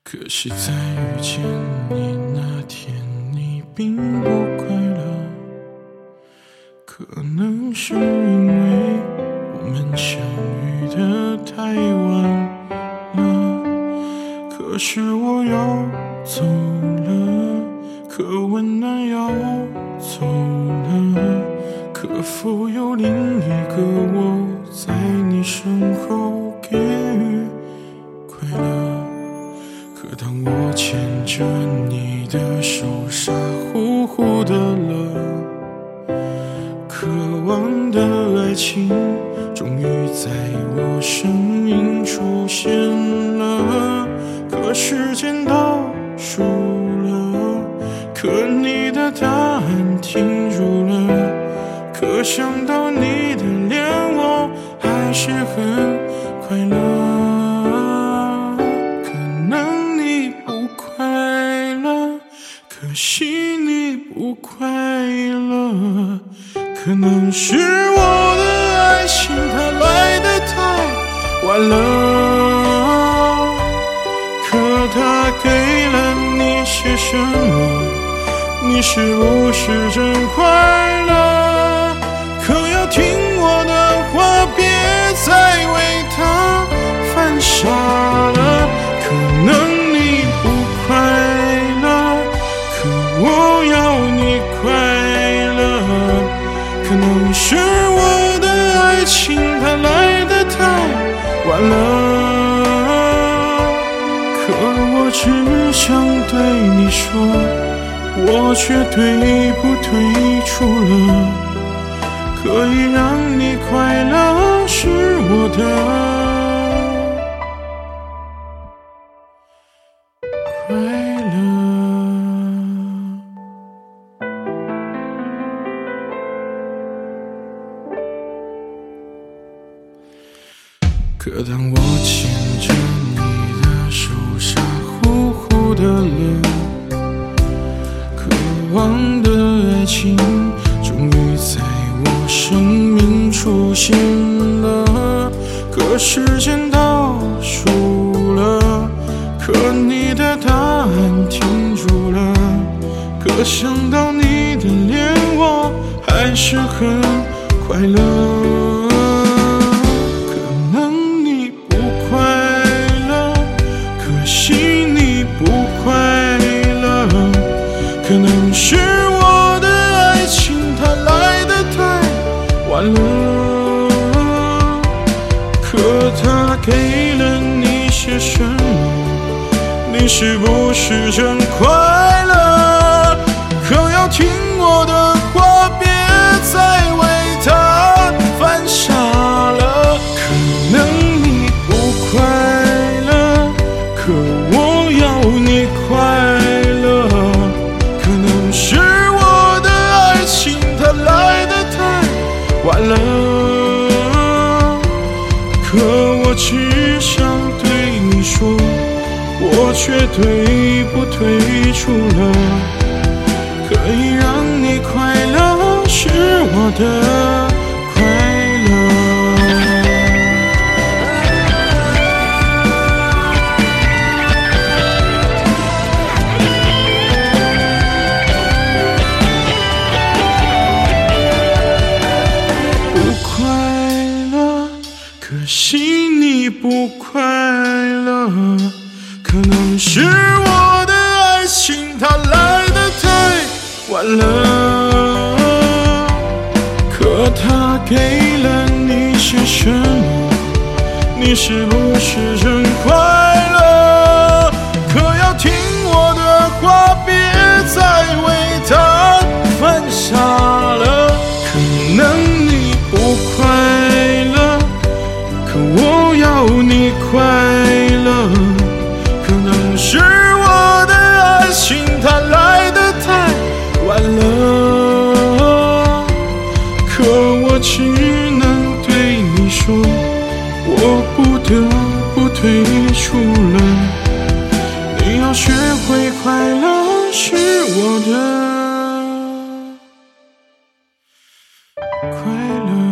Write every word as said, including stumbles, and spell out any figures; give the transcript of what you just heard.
可是在遇见你那天，你并不快乐，可能是因为我们相遇的太晚了。可是我要走了，可温暖要走了，可否有另一个我在你身后给予快乐？可当我牵着你的手傻乎乎的了，渴望的爱情终于在我生命出现了。可时间倒数了，可你的答案停住了，可想到你的脸我还是很快乐。可惜你不快乐，可能是我的爱情它来得太晚了。可它给了你些什么？你是不是真快乐？可要听我的话，别再为它犯傻了。可能你不快乐，我要你快乐，可能是我的爱情它来得太晚了。可我只想对你说，我却退不退出了。可以让你快乐是我的快乐。可当我牵着你的手傻乎乎的了，渴望的爱情终于在我生命出现了。可时间倒数了，可你的答案停住了，可想到你的脸我还是很快乐。可能是我的爱情它来得太晚了，可它给了你些什么？你是不是真快乐？可要听我的话，别再为它犯傻了。可能你不快乐，可我要你快乐。可能是我的爱情它来得太晚了，可我只想对你说，我却退不退出了。可以让你快乐是我的快乐。可惜你不快乐，可能是我的爱情它来得太晚了。可它给了你些什么？你是不是真快乐？可要听我的话，别再为它犯傻了。可能你不快乐，可我要你快乐。可能是我的爱情它来得太晚了，可我只能对你说，我不得不退出了。你要学会快乐是我的快乐。